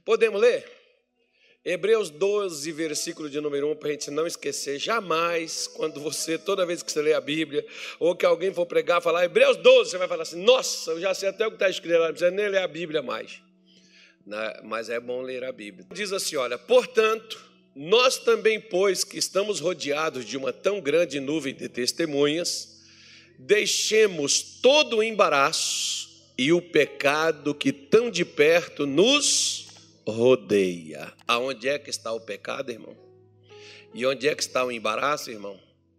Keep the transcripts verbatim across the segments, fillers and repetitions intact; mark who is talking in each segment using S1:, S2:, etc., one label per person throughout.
S1: Podemos ler? Hebreus doze, versículo de número um, para a gente não esquecer jamais, quando você, toda vez que você lê a Bíblia, ou que alguém for pregar, falar Hebreus doze, você vai falar assim, nossa, eu já sei até o que está escrito lá, não precisa nem ler a Bíblia mais. Mas é bom ler a Bíblia. Diz assim, olha, portanto, nós também, pois, que estamos rodeados de uma tão grande nuvem de testemunhas, deixemos todo o embaraço e o pecado que tão de perto nos rodeia. Aonde é que está o pecado, irmão? E onde é que está o embaraço, irmão?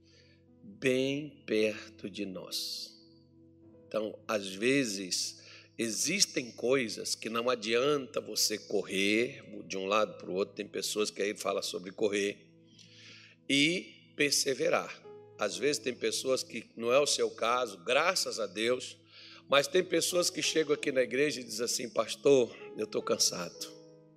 S1: Bem perto de nós. Então, às vezes, existem coisas que não adianta você correr de um lado para o outro. Tem pessoas que aí falam sobre correr e perseverar. Às vezes tem pessoas que não é o seu caso, graças a Deus, mas tem pessoas que chegam aqui na igreja e dizem assim, pastor, eu estou cansado.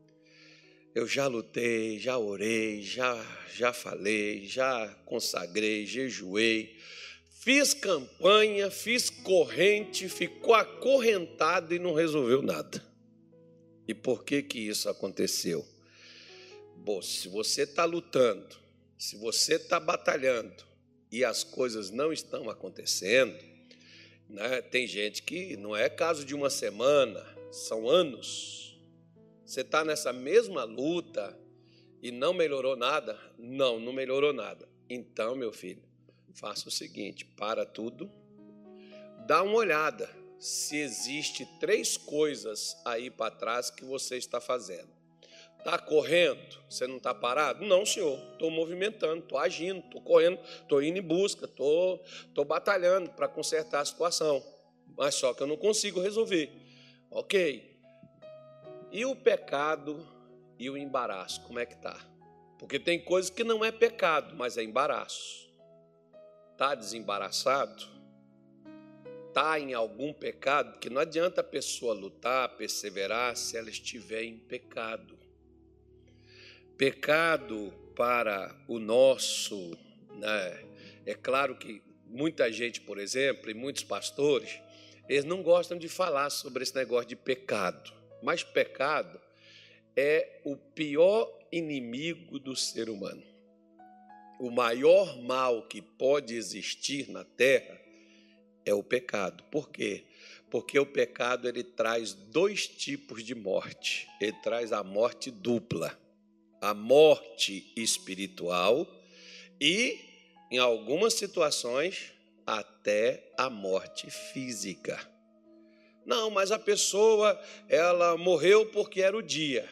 S1: Eu já lutei, já orei, já, já falei, já consagrei, jejuei, fiz campanha, fiz corrente, ficou acorrentado e não resolveu nada. E por que que isso aconteceu? Bom, se você está lutando, se você está batalhando e as coisas não estão acontecendo, né, tem gente que não é caso de uma semana, são anos. Você está nessa mesma luta e não melhorou nada? Não, não melhorou nada. Então, meu filho, faça o seguinte, para tudo, dá uma olhada se existe três coisas aí para trás que você está fazendo. Está correndo? Você não está parado? Não, senhor, estou movimentando, estou agindo, estou correndo, estou indo em busca, estou, estou batalhando para consertar a situação, mas só que eu não consigo resolver. Ok. E o pecado e o embaraço, como é que está? Porque tem coisas que não é pecado, mas é embaraço. Está desembaraçado? Está em algum pecado? Que não adianta a pessoa lutar, perseverar, se ela estiver em pecado. Pecado para o nosso, né? É claro que muita gente, por exemplo, e muitos pastores, eles não gostam de falar sobre esse negócio de pecado. Mas pecado é o pior inimigo do ser humano. O maior mal que pode existir na terra é o pecado. Por quê? Porque o pecado ele traz dois tipos de morte. Ele traz a morte dupla. A morte espiritual e, em algumas situações, até a morte física. Não, mas a pessoa, ela morreu porque era o dia.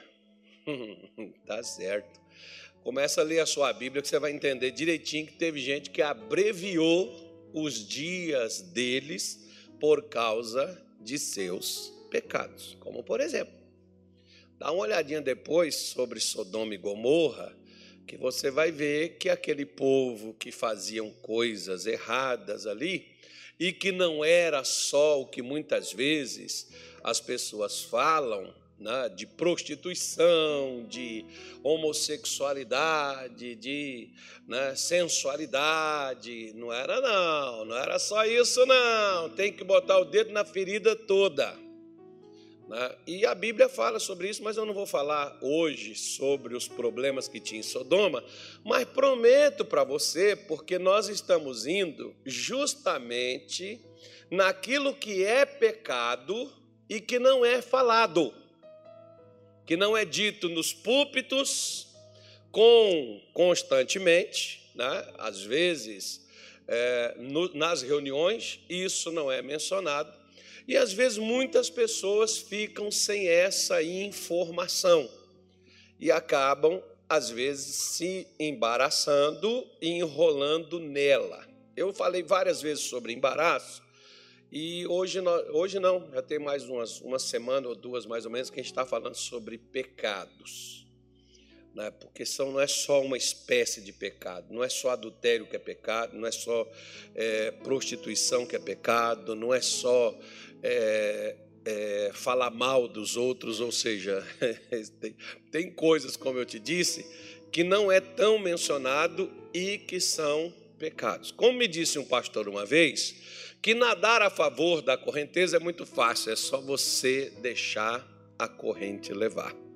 S1: Tá certo. Começa a ler a sua Bíblia que você vai entender direitinho que teve gente que abreviou os dias deles por causa de seus pecados. Como, por exemplo, dá uma olhadinha depois sobre Sodoma e Gomorra, que você vai ver que aquele povo que faziam coisas erradas ali, e que não era só o que muitas vezes as pessoas falam, né, de prostituição, de homossexualidade, de, né, sensualidade, não era não, não era só isso não, tem que botar o dedo na ferida toda. Né? E a Bíblia fala sobre isso, mas eu não vou falar hoje sobre os problemas que tinha em Sodoma, mas prometo para você, porque nós estamos indo justamente naquilo que é pecado e que não é falado, que não é dito nos púlpitos com, constantemente, né? Às vezes é, no, nas reuniões isso não é mencionado. E, às vezes, muitas pessoas ficam sem essa informação e acabam, às vezes, se embaraçando e enrolando nela. Eu falei várias vezes sobre embaraço e hoje, hoje não, já tem mais umas, uma semana ou duas, mais ou menos, que a gente está falando sobre pecados. Né? Porque são, não é só uma espécie de pecado, não é só adultério que é pecado, não é só é, prostituição que é pecado, não é só é, é, falar mal dos outros, ou seja, tem, tem coisas, como eu te disse, que não é tão mencionado e que são pecados. Como me disse um pastor uma vez, que nadar a favor da correnteza é muito fácil, é só você deixar a corrente levar.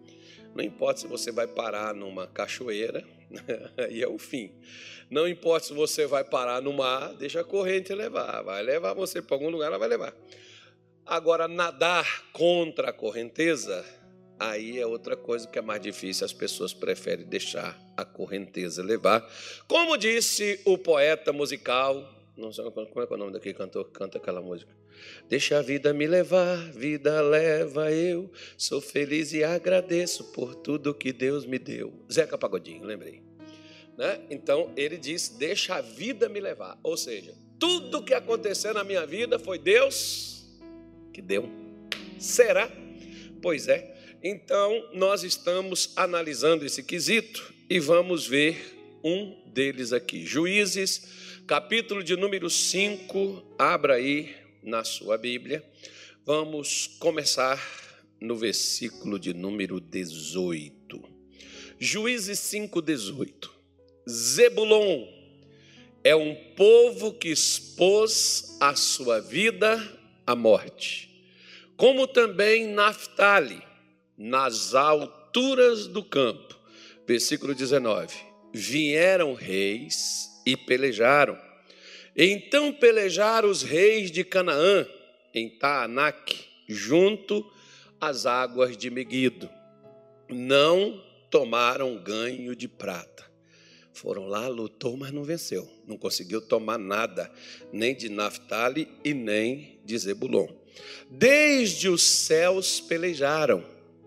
S1: Não importa se você vai parar numa cachoeira, aí é o fim. Não importa se você vai parar no mar, deixa a corrente levar. Vai levar você para algum lugar, ela vai levar. Agora, nadar contra a correnteza, aí é outra coisa que é mais difícil. As pessoas preferem deixar a correnteza levar. Como disse o poeta musical, não sei como é, é o nome daquele cantor que canta aquela música. Deixa a vida me levar, vida leva eu, sou feliz e agradeço por tudo que Deus me deu. Zeca Pagodinho, lembrei. Né? Então, ele disse, deixa a vida me levar. Ou seja, tudo que aconteceu na minha vida foi Deus que deu. Será? Pois é. Então, nós estamos analisando esse quesito e vamos ver um deles aqui. Juízes, capítulo de número cinco, abra aí na sua Bíblia. Vamos começar no versículo de número dezoito. Juízes cinco, dezoito. Zebulon é um povo que expôs a sua vida à morte, como também Naftali, nas alturas do campo. Versículo dezenove. Vieram reis e pelejaram. Então pelejaram os reis de Canaã, em Taanac, junto às águas de Meguido. Não tomaram ganho de prata. Foram lá, lutou, mas não venceu. Não conseguiu tomar nada, nem de Naftali e nem de Zebulon. Desde os céus pelejaram,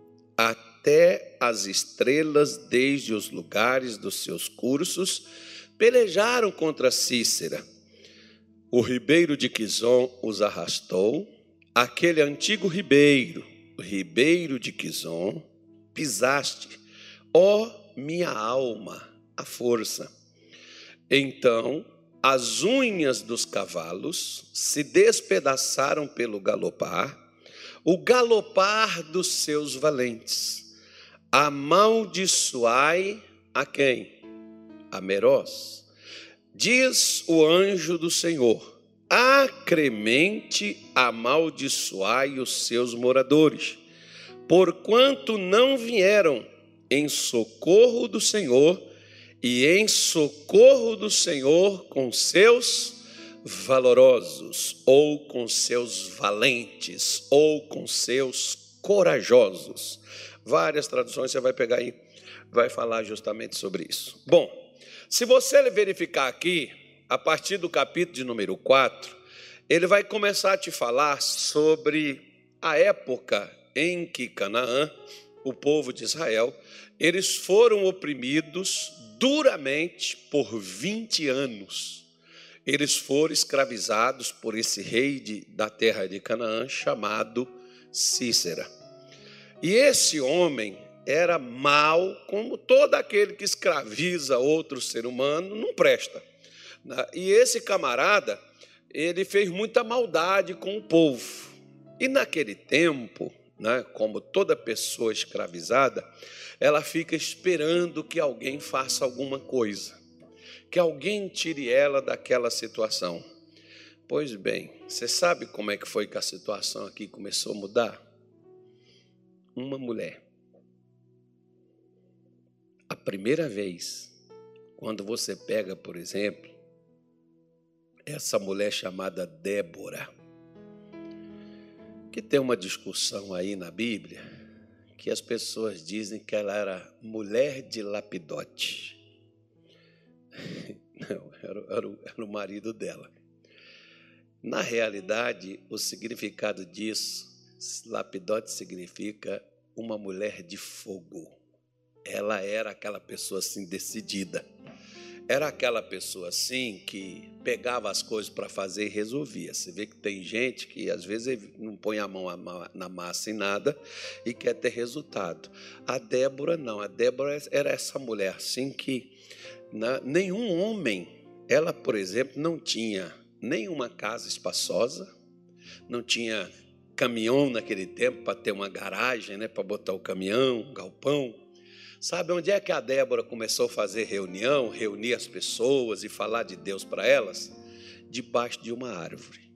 S1: até as estrelas, desde os lugares dos seus cursos, pelejaram contra Cícera. O ribeiro de Quizon os arrastou, aquele antigo ribeiro, o ribeiro de Quizon, pisaste, ó minha alma, a força. Então, as unhas dos cavalos se despedaçaram pelo galopar, o galopar dos seus valentes. Amaldiçoai a quem? A Meroz. Diz o anjo do Senhor, acremente amaldiçoai os seus moradores, porquanto não vieram em socorro do Senhor, e em socorro do Senhor com seus valorosos, ou com seus valentes, ou com seus corajosos. Várias traduções você vai pegar aí, vai falar justamente sobre isso. Bom, se você verificar aqui, a partir do capítulo de número quatro, ele vai começar a te falar sobre a época em que Canaã, o povo de Israel, eles foram oprimidos duramente por vinte anos. Eles foram escravizados por esse rei de, da terra de Canaã, chamado Cícera. E esse homem era mau, como todo aquele que escraviza outro ser humano, não presta. E esse camarada, ele fez muita maldade com o povo. E naquele tempo, né, como toda pessoa escravizada, ela fica esperando que alguém faça alguma coisa, que alguém tire ela daquela situação. Pois bem, você sabe como é que foi que a situação aqui começou a mudar? Uma mulher. A primeira vez, quando você pega, por exemplo, essa mulher chamada Débora, que tem uma discussão aí na Bíblia, que as pessoas dizem que ela era mulher de Lapidote. Não, era, era, o, era o marido dela. Na realidade, o significado disso, Lapidote significa uma mulher de fogo. Ela era aquela pessoa assim decidida. Era aquela pessoa assim que pegava as coisas para fazer e resolvia. Você vê que tem gente que às vezes não põe a mão na massa em nada e quer ter resultado. A Débora não. A Débora era essa mulher assim que na, nenhum homem, ela, por exemplo, não tinha nenhuma casa espaçosa, não tinha caminhão naquele tempo para ter uma garagem, né, para botar o caminhão, um galpão. Sabe onde é que a Débora começou a fazer reunião, reunir as pessoas e falar de Deus para elas? Debaixo de uma árvore.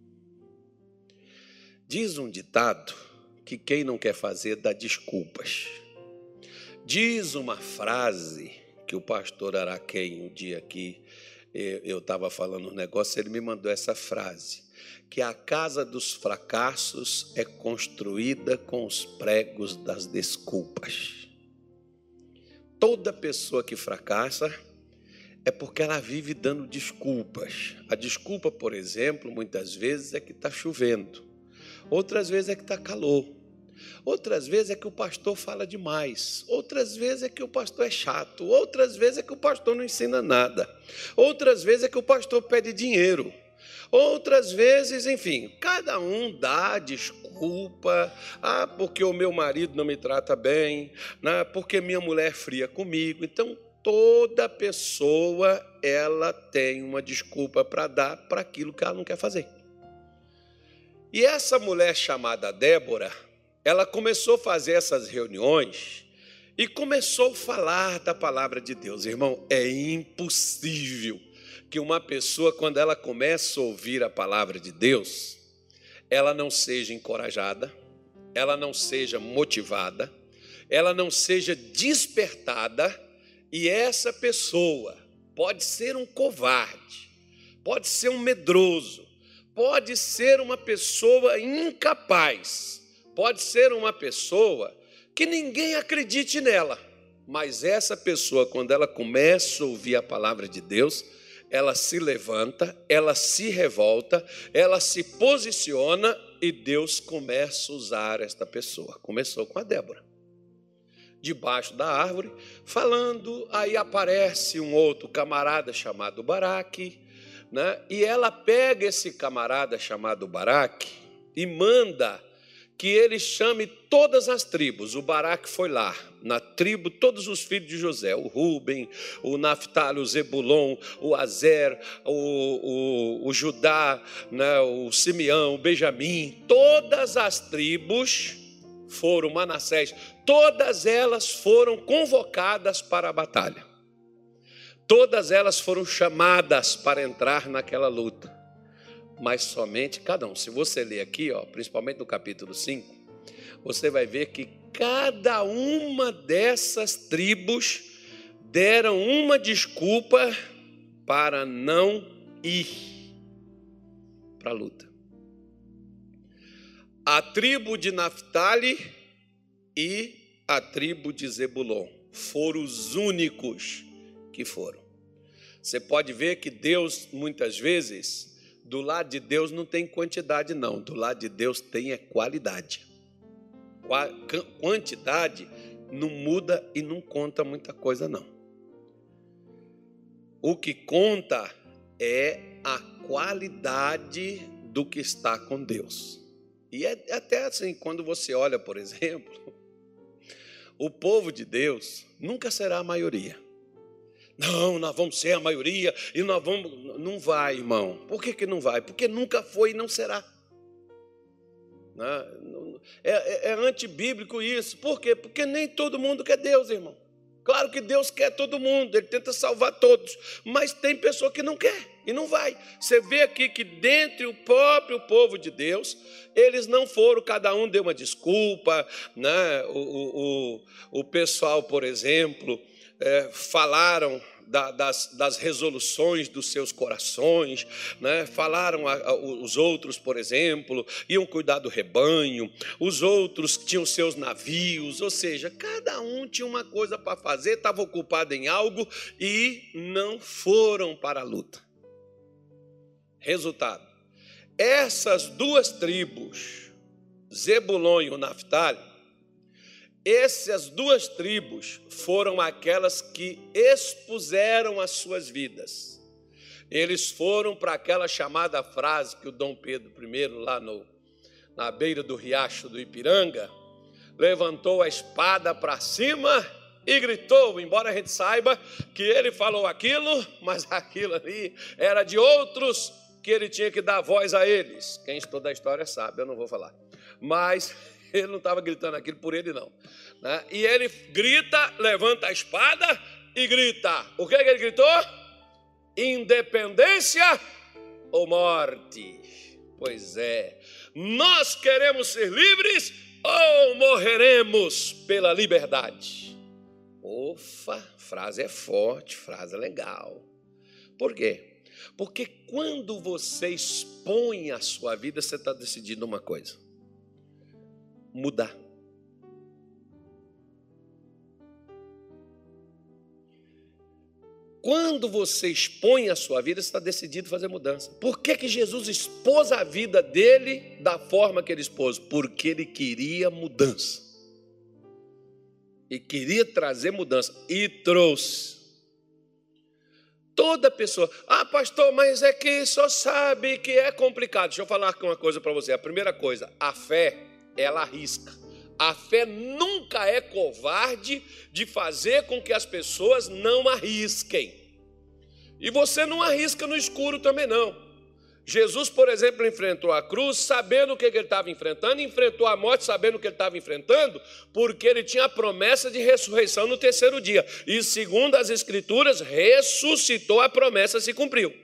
S1: Diz um ditado que quem não quer fazer dá desculpas. Diz uma frase que o pastor Araquém, um dia aqui, eu estava falando um negócio, ele me mandou essa frase, que a casa dos fracassos é construída com os pregos das desculpas. Toda pessoa que fracassa é porque ela vive dando desculpas. A desculpa, por exemplo, muitas vezes é que está chovendo, outras vezes é que está calor, outras vezes é que o pastor fala demais, outras vezes é que o pastor é chato, outras vezes é que o pastor não ensina nada, outras vezes é que o pastor pede dinheiro, outras vezes, enfim, cada um dá desculpa. Ah, porque o meu marido não me trata bem, né? Porque minha mulher é fria comigo. Então, toda pessoa, ela tem uma desculpa para dar para aquilo que ela não quer fazer. E essa mulher chamada Débora, ela começou a fazer essas reuniões e começou a falar da palavra de Deus. Irmão, é impossível que uma pessoa, quando ela começa a ouvir a palavra de Deus, ela não seja encorajada, ela não seja motivada, ela não seja despertada, e essa pessoa pode ser um covarde, pode ser um medroso, pode ser uma pessoa incapaz, pode ser uma pessoa que ninguém acredite nela, mas essa pessoa, quando ela começa a ouvir a palavra de Deus, ela se levanta, ela se revolta, ela se posiciona e Deus começa a usar esta pessoa. Começou com a Débora, debaixo da árvore, falando, aí aparece um outro camarada chamado Baraque, né? E ela pega esse camarada chamado Baraque e manda que ele chame todas as tribos. O Baraque foi lá, na tribo, todos os filhos de José, o Rúben, o Naftali, o Zebulon, o Azer, o, o, o Judá, né, o Simeão, o Benjamim, todas as tribos foram, Manassés, todas elas foram convocadas para a batalha. Todas elas foram chamadas para entrar naquela luta. Mas somente cada um. Se você ler aqui, ó, principalmente no capítulo cinco, você vai ver que cada uma dessas tribos deram uma desculpa para não ir para a luta. A tribo de Naftali e a tribo de Zebulon foram os únicos que foram. Você pode ver que Deus, muitas vezes, do lado de Deus não tem quantidade, não. Do lado de Deus tem é qualidade. Quantidade não muda e não conta muita coisa, não. O que conta é a qualidade do que está com Deus. E é até assim, quando você olha, por exemplo, o povo de Deus nunca será a maioria. Não, nós vamos ser a maioria e nós vamos... Não vai, irmão. Por que que não vai? Porque nunca foi e não será. É, é, é antibíblico isso. Por quê? Porque nem todo mundo quer Deus, irmão. Claro que Deus quer todo mundo, Ele tenta salvar todos, mas tem pessoa que não quer e não vai. Você vê aqui que dentre o próprio povo de Deus, eles não foram, cada um deu uma desculpa, né? O, o, o, o pessoal, por exemplo... É, falaram da, das, das resoluções dos seus corações, né? Falaram a, a, os outros, por exemplo, iam cuidar do rebanho, os outros tinham seus navios, ou seja, cada um tinha uma coisa para fazer, estava ocupado em algo e não foram para a luta. Resultado, essas duas tribos, Zebulon e o Naftali, essas duas tribos foram aquelas que expuseram as suas vidas. Eles foram para aquela chamada frase que o Dom Pedro primeiro, lá no, na beira do riacho do Ipiranga, levantou a espada para cima e gritou, embora a gente saiba que ele falou aquilo, mas aquilo ali era de outros que ele tinha que dar voz a eles. Quem estudou a história sabe, eu não vou falar. Mas... ele não estava gritando aquilo por ele, não. Né? E ele grita, levanta a espada e grita. O que, que ele gritou? Independência ou morte? Pois é. Nós queremos ser livres ou morreremos pela liberdade? Ufa, frase é forte, frase é legal. Por quê? Porque quando você expõe a sua vida, você está decidindo uma coisa: mudar. Quando você expõe a sua vida, você está decidido a fazer mudança. Por que que Jesus expôs a vida dele da forma que ele expôs? Porque ele queria mudança. E queria trazer mudança. E trouxe. Toda pessoa, ah, pastor, mas é que só sabe que é complicado. Deixa eu falar uma coisa para você. A primeira coisa, a fé, ela arrisca. A fé nunca é covarde de fazer com que as pessoas não arrisquem. E você não arrisca no escuro também não. Jesus, por exemplo, enfrentou a cruz sabendo o que ele estava enfrentando, enfrentou a morte sabendo o que ele estava enfrentando, porque ele tinha a promessa de ressurreição no terceiro dia. E segundo as Escrituras, ressuscitou, a promessa se cumpriu.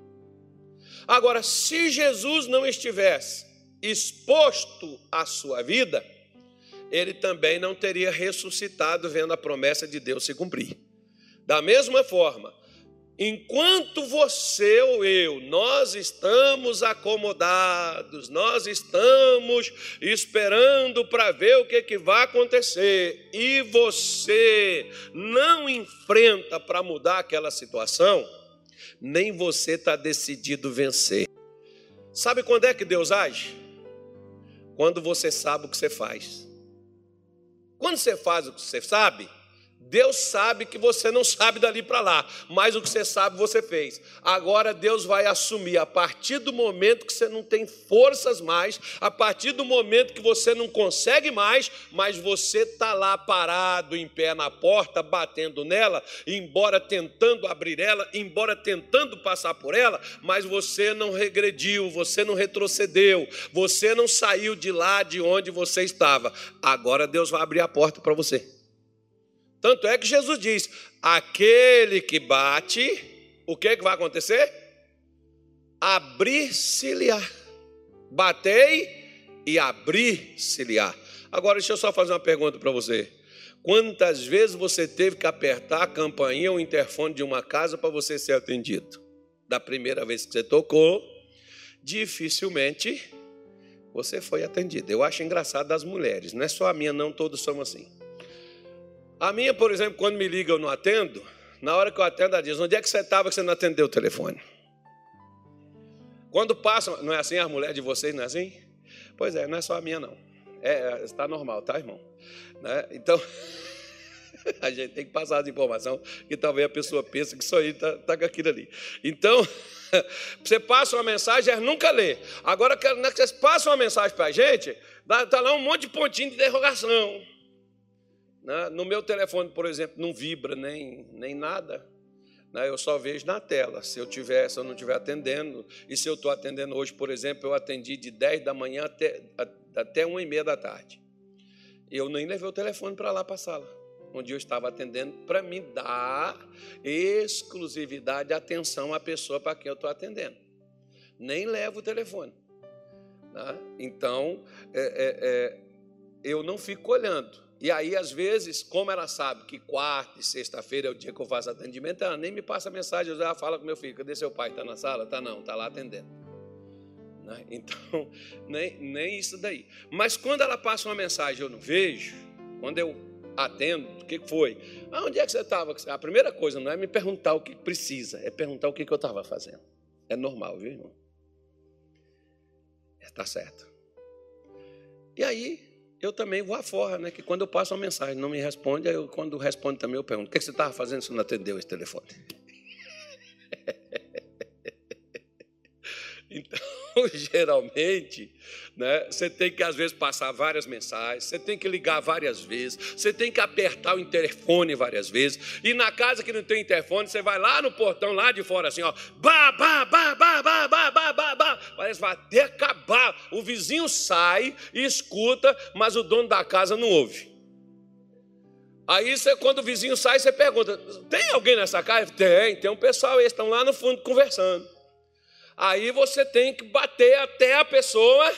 S1: Agora, se Jesus não estivesse exposto à sua vida, ele também não teria ressuscitado vendo a promessa de Deus se cumprir. Da mesma forma, enquanto você ou eu, nós estamos acomodados, nós estamos esperando para ver o que, que vai acontecer, e você não enfrenta para mudar aquela situação, nem você está decidido vencer. Sabe quando é que Deus age? Quando você sabe o que você faz. Quando você faz o que você sabe, Deus sabe que você não sabe dali para lá, mas o que você sabe você fez. Agora Deus vai assumir, a partir do momento que você não tem forças mais, a partir do momento que você não consegue mais, mas você está lá parado, em pé na porta, batendo nela, embora tentando abrir ela, embora tentando passar por ela, mas você não regrediu, você não retrocedeu, você não saiu de lá de onde você estava. Agora Deus vai abrir a porta para você. Tanto é que Jesus diz, aquele que bate, o que, que vai acontecer? Abrir-se-lhe-á. Batei e abrir-se-lhe-á. Agora deixa eu só fazer uma pergunta para você. Quantas vezes você teve que apertar a campainha ou o interfone de uma casa para você ser atendido? Da primeira vez que você tocou, dificilmente você foi atendido. Eu acho engraçado das mulheres, não é só a minha não, todos somos assim. A minha, por exemplo, quando me liga eu não atendo, na hora que eu atendo ela diz, onde é que você estava que você não atendeu o telefone? Quando passam, não é assim, as mulheres de vocês não é assim? Pois é, não é só a minha não, é, está normal, tá, irmão? Né? Então, a gente tem que passar as informações que talvez a pessoa pense que só ele está tá com aquilo ali. Então, você passa uma mensagem, eles nunca lê. Agora, quando vocês passam uma mensagem para a gente, está lá um monte de pontinho de interrogação. No meu telefone, por exemplo, não vibra nem, nem nada. Eu só vejo na tela, se eu tiver, se eu não estiver atendendo. E se eu estou atendendo hoje, por exemplo, eu atendi de dez da manhã até, até uma e meia da tarde. Eu nem levei o telefone para lá, para a sala, onde eu estava atendendo, para me dar exclusividade, atenção à pessoa para quem eu estou atendendo. Nem levo o telefone. Então, é, é, é, eu não fico olhando. E aí, às vezes, como ela sabe que quarta e sexta-feira é o dia que eu faço atendimento, ela nem me passa mensagem, ela fala com meu filho, cadê seu pai? Está na sala? Está não, está lá atendendo. Né? Então, nem, nem isso daí. Mas quando ela passa uma mensagem eu não vejo, quando eu atendo, o que foi? Ah, onde é que você estava? A primeira coisa não é me perguntar o que precisa, é perguntar o que eu estava fazendo. É normal, viu, irmão? Está certo. E aí, eu também vou afora, né? Que quando eu passo uma mensagem não me responde, aí eu, quando responde também eu pergunto, o que você estava fazendo se não atendeu esse telefone? Então, geralmente, né, você tem que, às vezes, passar várias mensagens, você tem que ligar várias vezes, você tem que apertar o interfone várias vezes, e na casa que não tem interfone, você vai lá no portão, lá de fora, assim, ó, bah, bah, bah, bah, bah, bah, bah, bah, bah, parece que vai até acabar. O vizinho sai e escuta, mas o dono da casa não ouve. Aí, você, quando o vizinho sai, você pergunta, tem alguém nessa casa? Tem, tem um pessoal, eles estão lá no fundo conversando. Aí você tem que bater até a pessoa.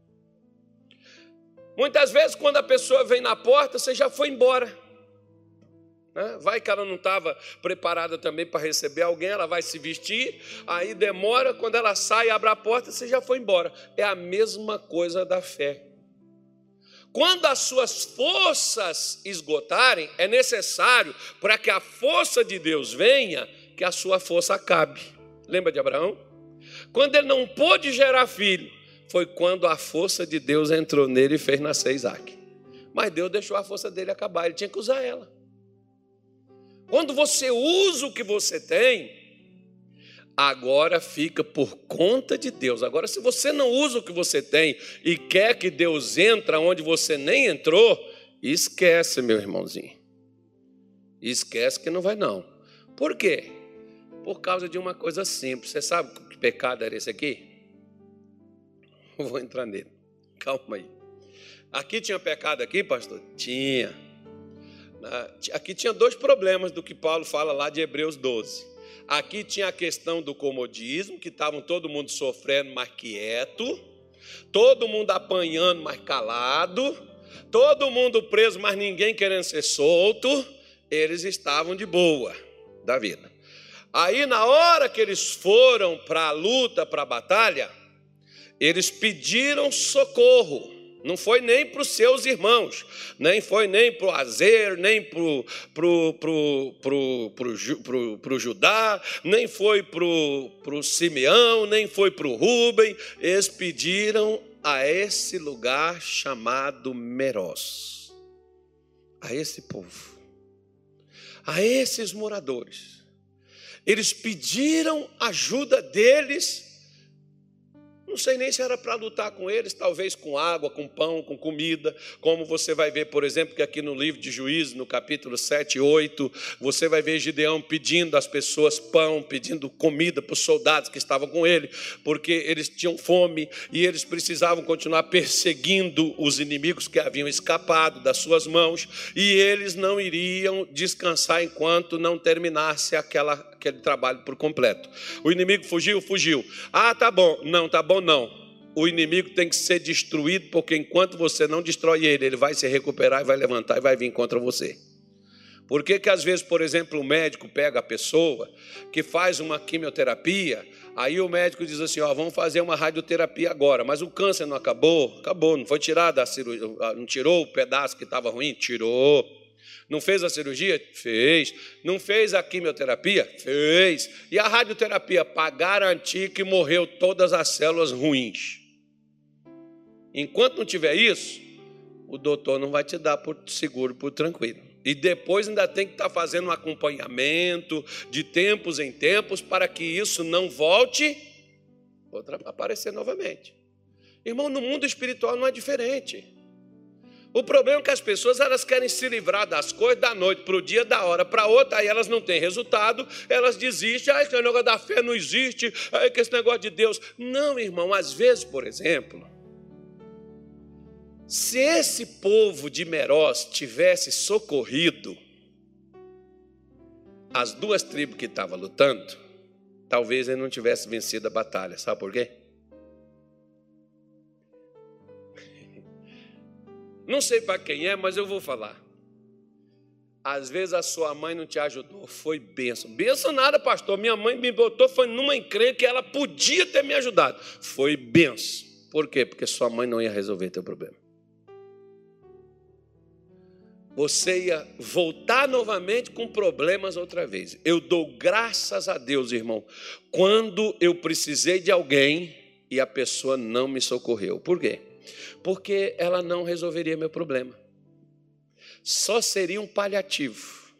S1: Muitas vezes, quando a pessoa vem na porta, você já foi embora. Vai que ela não estava preparada também para receber alguém, ela vai se vestir, aí demora, quando ela sai, abre a porta, você já foi embora. É a mesma coisa da fé. Quando as suas forças esgotarem, é necessário, para que a força de Deus venha, que a sua força acabe. Lembra de Abraão? Quando ele não pôde gerar filho, foi quando a força de Deus entrou nele e fez nascer Isaac. Mas Deus deixou a força dele acabar, ele tinha que usar ela. Quando você usa o que você tem, agora fica por conta de Deus. Agora, se você não usa o que você tem e quer que Deus entre onde você nem entrou, esquece, meu irmãozinho. Esquece que não vai não. Por quê? Por causa de uma coisa simples. Você sabe que pecado era esse aqui? Eu vou entrar nele. Calma aí. Aqui tinha pecado aqui, pastor? Tinha. Aqui tinha dois problemas do que Paulo fala lá de Hebreus doze. Aqui tinha a questão do comodismo, que estavam todo mundo sofrendo, mas quieto. Todo mundo apanhando, mas calado. Todo mundo preso, mas ninguém querendo ser solto. Eles estavam de boa da vida. Aí, na hora que eles foram para a luta, para a batalha, eles pediram socorro. Não foi nem para os seus irmãos, nem foi nem para o Azer, nem para o pro, pro, pro, pro, pro, pro Judá, nem foi para o Simeão, nem foi para o Rúben. Eles pediram a esse lugar chamado Merós, a esse povo, a esses moradores. Eles pediram ajuda deles. Não sei nem se era para lutar com eles, talvez com água, com pão, com comida, como você vai ver, por exemplo, que aqui no livro de Juízes, no capítulo sete e oito, você vai ver Gideão pedindo às pessoas pão, pedindo comida para os soldados que estavam com ele, porque eles tinham fome e eles precisavam continuar perseguindo os inimigos que haviam escapado das suas mãos, e eles não iriam descansar enquanto não terminasse aquela, aquele trabalho por completo. O inimigo fugiu, fugiu. Ah, tá bom. Não, tá bom. Não, o inimigo tem que ser destruído, porque enquanto você não destrói ele, ele vai se recuperar e vai levantar e vai vir contra você. Por que que às vezes, por exemplo, o médico pega a pessoa que faz uma quimioterapia, aí o médico diz assim, ó, vamos fazer uma radioterapia agora, mas o câncer não acabou? Acabou, não foi tirado a cirurgia, não tirou o pedaço que estava ruim? Tirou. Não fez a cirurgia? Fez. Não fez a quimioterapia? Fez. E a radioterapia? Para garantir que morreu todas as células ruins. Enquanto não tiver isso, o doutor não vai te dar por seguro, por tranquilo. E depois ainda tem que estar fazendo um acompanhamento de tempos em tempos para que isso não volte a aparecer novamente. Irmão, no mundo espiritual não é diferente. O problema é que as pessoas elas querem se livrar das coisas da noite para o dia, da hora para outra, aí elas não têm resultado, elas desistem, ah, esse negócio da fé não existe, ah, que esse negócio de Deus. Não, irmão, às vezes, por exemplo, se esse povo de Merós tivesse socorrido as duas tribos que estavam lutando, talvez ele não tivesse vencido a batalha. Sabe por quê? Não sei para quem é, mas eu vou falar. Às vezes a sua mãe não te ajudou, foi bênção. Bênção nada, pastor. Minha mãe me botou, foi numa encrenca que ela podia ter me ajudado. Foi bênção. Por quê? Porque sua mãe não ia resolver teu problema. Você ia voltar novamente com problemas outra vez. Eu dou graças a Deus, irmão, quando eu precisei de alguém e a pessoa não me socorreu. Por quê? Porque ela não resolveria meu problema. Só seria um paliativo.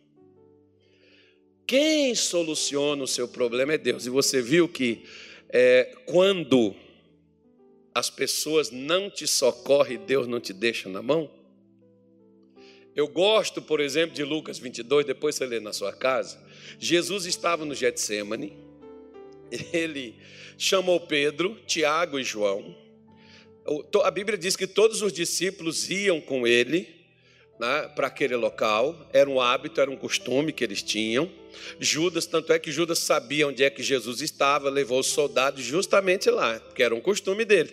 S1: Quem soluciona o seu problema é Deus. E você viu que é, quando as pessoas não te socorrem, Deus não te deixa na mão? Eu gosto, por exemplo, de Lucas vinte e dois, depois você lê na sua casa. Jesus estava no Getsêmani, ele chamou Pedro, Tiago e João. A Bíblia diz que todos os discípulos iam com ele, né, para aquele local. Era um hábito, era um costume que eles tinham. Judas, tanto é que Judas sabia onde é que Jesus estava, levou os soldados justamente lá, porque era um costume dele.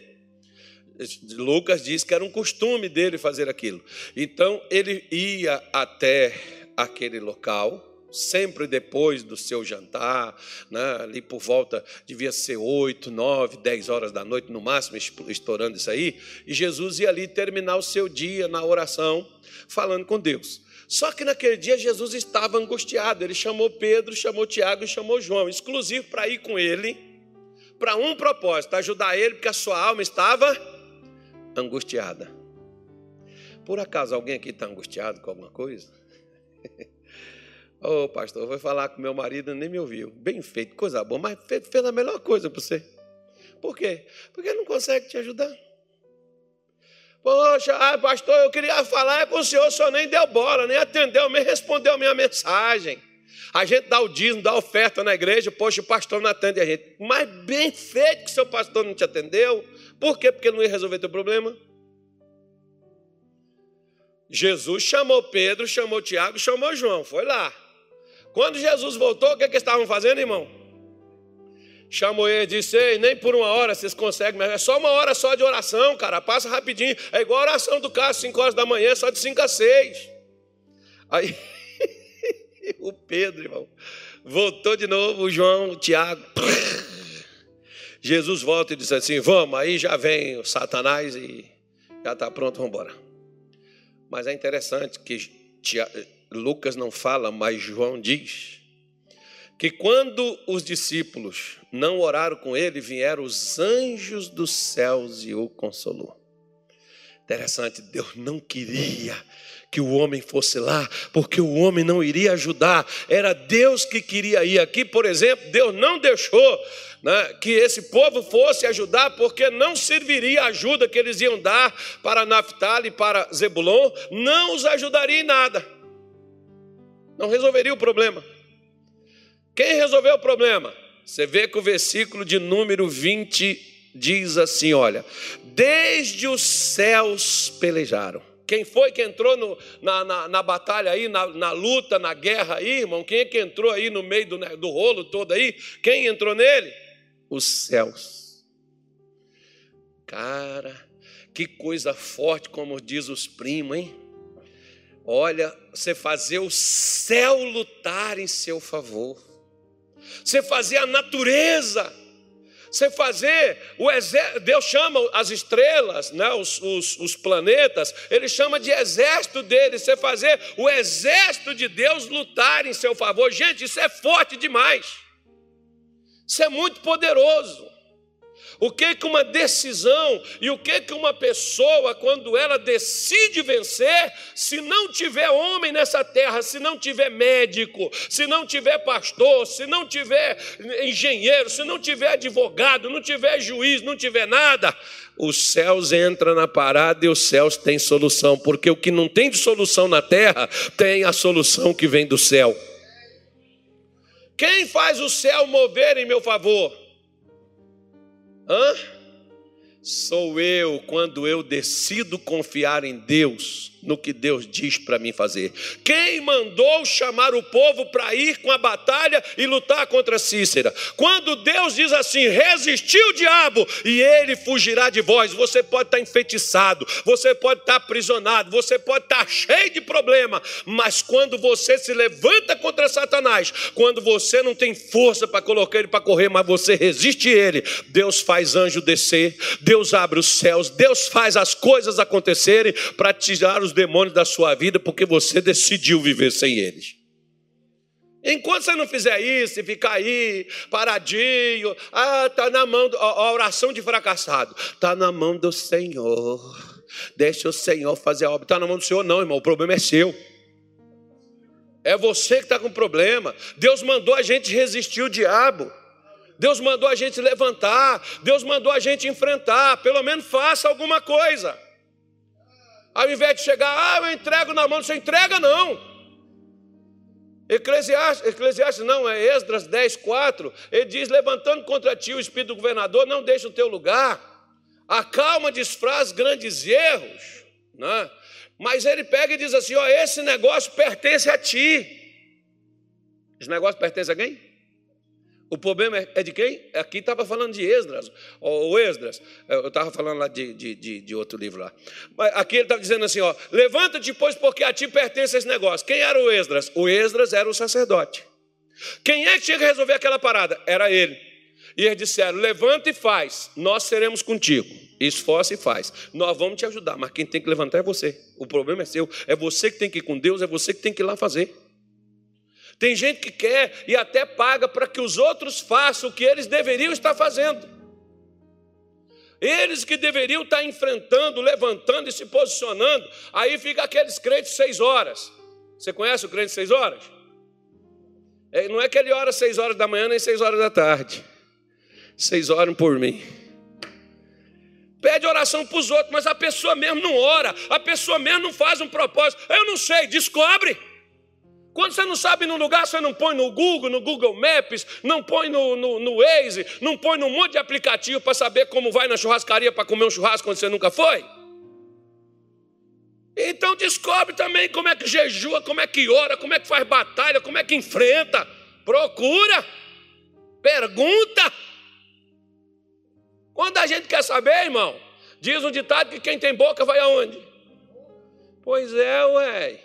S1: Lucas diz que era um costume dele fazer aquilo. Então ele ia até àquele local, sempre depois do seu jantar, né? Ali por volta, devia ser oito, nove, dez horas da noite, no máximo, estourando isso aí, e Jesus ia ali terminar o seu dia na oração, falando com Deus. Só que naquele dia Jesus estava angustiado, ele chamou Pedro, chamou Tiago e chamou João, exclusivo para ir com ele, para um propósito, ajudar ele, porque a sua alma estava angustiada. Por acaso alguém aqui está angustiado com alguma coisa? Ô, oh, pastor, eu vou falar com meu marido, nem me ouviu. Bem feito, coisa boa, mas fez, fez a melhor coisa para você. Por quê? Porque ele não consegue te ajudar. Poxa, ah, pastor, eu queria falar com o senhor, o senhor nem deu bola, nem atendeu, nem respondeu a minha mensagem. A gente dá o dízimo, dá a oferta na igreja, poxa, o pastor não atende a gente. Mas bem feito que o seu pastor não te atendeu. Por quê? Porque ele não ia resolver teu problema. Jesus chamou Pedro, chamou Tiago, chamou João, foi lá. Quando Jesus voltou, o que, é que eles estavam fazendo, irmão? Chamou ele e disse, ei, nem por uma hora vocês conseguem, mas é só uma hora só de oração, cara, passa rapidinho. É igual a oração do Cássio, cinco horas da manhã, só de cinco a seis. Aí, o Pedro, irmão, voltou de novo, o João, o Tiago. Jesus volta e diz assim, vamos, aí já vem o Satanás e já está pronto, vamos embora. Mas é interessante que Lucas não fala, mas João diz que quando os discípulos não oraram com ele, vieram os anjos dos céus e o consolou. Interessante, Deus não queria que o homem fosse lá, porque o homem não iria ajudar, era Deus que queria ir. Aqui, por exemplo, Deus não deixou, né, que esse povo fosse ajudar, porque não serviria a ajuda que eles iam dar para Naftali e para Zebulon, não os ajudaria em nada, não resolveria o problema. Quem resolveu o problema? Você vê que o versículo de número vinte diz assim, olha, desde os céus pelejaram. Quem foi que entrou no, na, na, na batalha aí, na, na luta, na guerra aí, irmão? Quem é que entrou aí no meio do, do rolo todo aí? Quem entrou nele? Os céus. Cara, que coisa forte, como diz os primos, hein? Olha, você fazer o céu lutar em seu favor. Você fazer a natureza, você fazer o exército, Deus chama as estrelas, né, os, os, os planetas, Ele chama de exército dele, você fazer o exército de Deus lutar em seu favor. Gente, isso é forte demais, isso é muito poderoso. O que que uma decisão e o que que uma pessoa, quando ela decide vencer, se não tiver homem nessa terra, se não tiver médico, se não tiver pastor, se não tiver engenheiro, se não tiver advogado, não tiver juiz, não tiver nada, os céus entram na parada e os céus têm solução, porque o que não tem de solução na terra, tem a solução que vem do céu. Quem faz o céu mover em meu favor? Hã? Sou eu, quando eu decido confiar em Deus, no que Deus diz para mim fazer. Quem mandou chamar o povo para ir com a batalha e lutar contra Cícera? Quando Deus diz assim, resistiu o diabo e ele fugirá de vós. Você pode estar enfeitiçado, você pode estar aprisionado, você pode estar cheio de problema, mas quando você se levanta contra Satanás, quando você não tem força para colocar ele para correr, mas você resiste ele, Deus faz anjo descer, Deus abre os céus, Deus faz as coisas acontecerem para tirar os demônios da sua vida, porque você decidiu viver sem eles. Enquanto você não fizer isso e ficar aí paradinho, ah, está na mão, do, a, a oração de fracassado, está na mão do Senhor, deixa o Senhor fazer a obra. Está na mão do Senhor não, irmão, o problema é seu. É você que está com problema. Deus mandou a gente resistir o diabo. Deus mandou a gente levantar, Deus mandou a gente enfrentar, pelo menos faça alguma coisa. Ao invés de chegar, ah, eu entrego na mão, você entrega não. Eclesiastes, Eclesiastes não, é Esdras dez, quatro, ele diz, levantando contra ti o espírito do governador, não deixa o teu lugar. A calma desfaz grandes erros, né? Mas ele pega e diz assim, ó, esse negócio pertence a ti. Esse negócio pertence a quem? O problema é de quem? Aqui estava falando de Esdras, ou Esdras, eu estava falando lá de, de, de, de outro livro lá. Mas aqui ele estava dizendo assim, ó, levanta-te, pois, porque a ti pertence esse negócio. Quem era o Esdras? O Esdras era o sacerdote. Quem é que tinha que resolver aquela parada? Era ele. E eles disseram, levanta e faz, nós seremos contigo. Esforça e faz. Nós vamos te ajudar, mas quem tem que levantar é você. O problema é seu, é você que tem que ir com Deus, é você que tem que ir lá fazer. Tem gente que quer e até paga para que os outros façam o que eles deveriam estar fazendo. Eles que deveriam estar enfrentando, levantando e se posicionando. Aí fica aqueles crentes seis horas. Você conhece o crente seis horas? É, não é que ele ora seis horas da manhã nem seis horas da tarde. Seis horas por mim. Pede oração para os outros, mas a pessoa mesmo não ora. A pessoa mesmo não faz um propósito. Eu não sei, descobre. Quando você não sabe no lugar, você não põe no Google, no Google Maps, não põe no, no, no Waze, não põe num monte de aplicativo para saber como vai na churrascaria para comer um churrasco quando você nunca foi. Então descobre também como é que jejua, como é que ora, como é que faz batalha, como é que enfrenta. Procura, pergunta. Quando a gente quer saber, irmão, diz um ditado que quem tem boca vai aonde? Pois é, ué.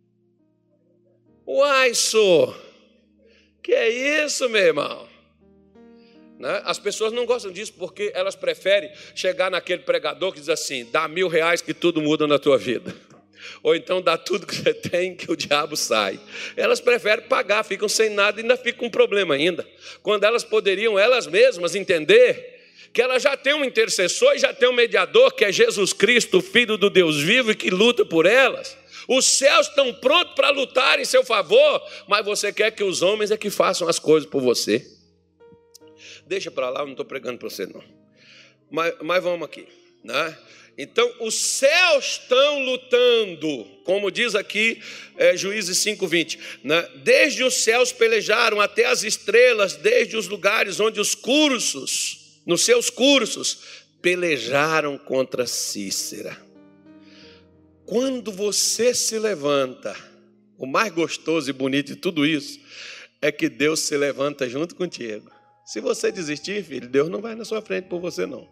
S1: Uai, sô, que é isso, meu irmão? Né? As pessoas não gostam disso porque elas preferem chegar naquele pregador que diz assim, dá mil reais que tudo muda na tua vida. Ou então dá tudo que você tem que o diabo sai. Elas preferem pagar, ficam sem nada e ainda ficam com um problema ainda. Quando elas poderiam elas mesmas entender que elas já têm um intercessor e já têm um mediador que é Jesus Cristo, Filho do Deus vivo e que luta por elas. Os céus estão prontos para lutar em seu favor, mas você quer que os homens é que façam as coisas por você. Deixa para lá, eu não estou pregando para você não. Mas, mas vamos aqui, né? Então, os céus estão lutando, como diz aqui é, Juízes cinco, vinte. Né? Desde os céus pelejaram até as estrelas, desde os lugares onde os cursos, nos seus cursos, pelejaram contra Cícera. Quando você se levanta, o mais gostoso e bonito de tudo isso é que Deus se levanta junto contigo. Se você desistir, filho, Deus não vai na sua frente por você, não.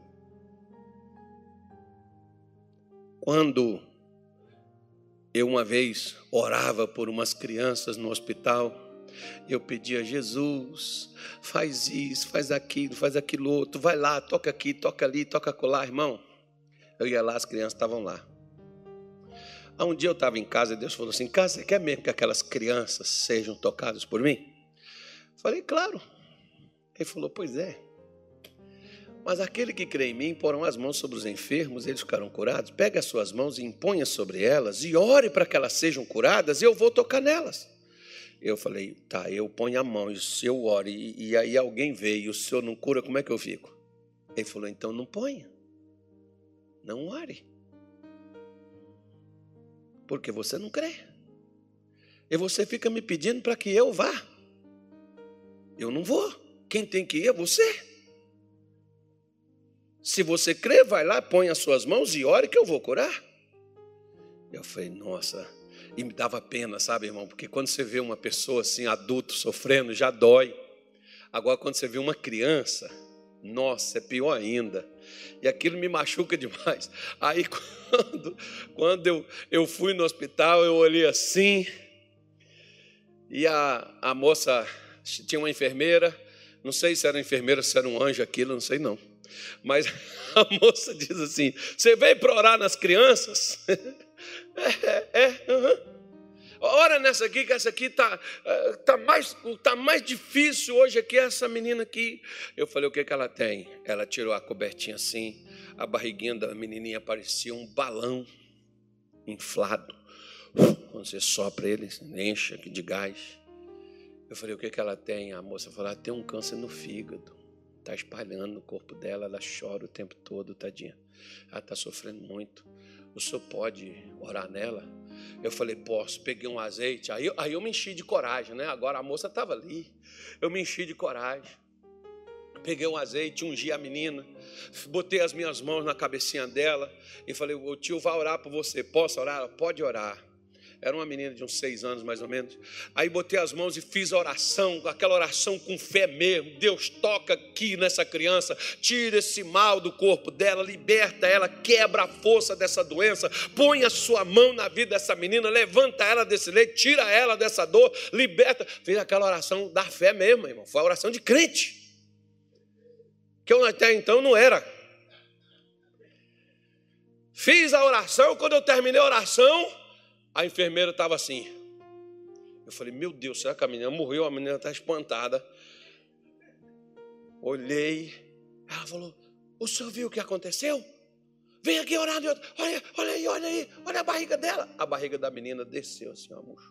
S1: Quando eu uma vez orava por umas crianças no hospital, eu pedia, Jesus, faz isso, faz aquilo, faz aquilo outro, vai lá, toca aqui, toca ali, toca acolá, irmão. Eu ia lá, as crianças estavam lá. Um dia eu estava em casa e Deus falou assim, cara, você quer mesmo que aquelas crianças sejam tocadas por mim? Falei, claro. Ele falou, pois é. Mas aquele que crê em mim, porão as mãos sobre os enfermos, eles ficarão curados. Pegue as suas mãos e imponha sobre elas e ore para que elas sejam curadas e eu vou tocar nelas. Eu falei, tá, eu ponho a mão e se eu oro e, e aí alguém veio e o senhor não cura, como é que eu fico? Ele falou, então não ponha. Não ore. Porque você não crê. E você fica me pedindo para que eu vá. Eu não vou. Quem tem que ir é você. Se você crê, vai lá, põe as suas mãos e ore que eu vou curar. Eu falei, nossa. E me dava pena, sabe, irmão? Porque quando você vê uma pessoa assim, adulto, sofrendo, já dói. Agora, quando você vê uma criança, nossa, é pior ainda. E aquilo me machuca demais. Aí, quando, quando eu, eu fui no hospital, eu olhei assim, e a, a moça, tinha uma enfermeira, não sei se era enfermeira, se era um anjo aquilo, não sei não. Mas a moça diz assim, você veio para orar nas crianças? é, é, uhum. Ora nessa aqui, que essa aqui está tá mais, tá mais difícil hoje aqui, essa menina aqui. Eu falei, o que, que ela tem? Ela tirou a cobertinha assim, a barriguinha da menininha parecia um balão inflado. Quando você sopra ele, enche aqui de gás. Eu falei, o que, que ela tem? A moça falou, ela tem um câncer no fígado. Está espalhando no corpo dela, ela chora o tempo todo, tadinha. Ela está sofrendo muito. O senhor pode orar nela? Eu falei, posso. Peguei um azeite, aí, aí eu me enchi de coragem, né? Agora a moça estava ali, eu me enchi de coragem. Peguei um azeite, ungi a menina, botei as minhas mãos na cabecinha dela e falei, o tio vai orar por você, posso orar? Ela, pode orar. Era uma menina de uns seis anos, mais ou menos. Aí botei as mãos e fiz a oração, aquela oração com fé mesmo. Deus, toca aqui nessa criança, tira esse mal do corpo dela, liberta ela, quebra a força dessa doença, põe a sua mão na vida dessa menina, levanta ela desse leito, tira ela dessa dor, liberta. Fiz aquela oração da fé mesmo, irmão. Foi a oração de crente, que eu até então não era. Fiz a oração, quando eu terminei a oração, a enfermeira estava assim. Eu falei, meu Deus, será que a menina morreu? A menina está espantada. Olhei, ela falou, o senhor viu o que aconteceu? Vem aqui orar, olha, olha aí, olha aí, olha a barriga dela. A barriga da menina desceu assim, ó, murchou.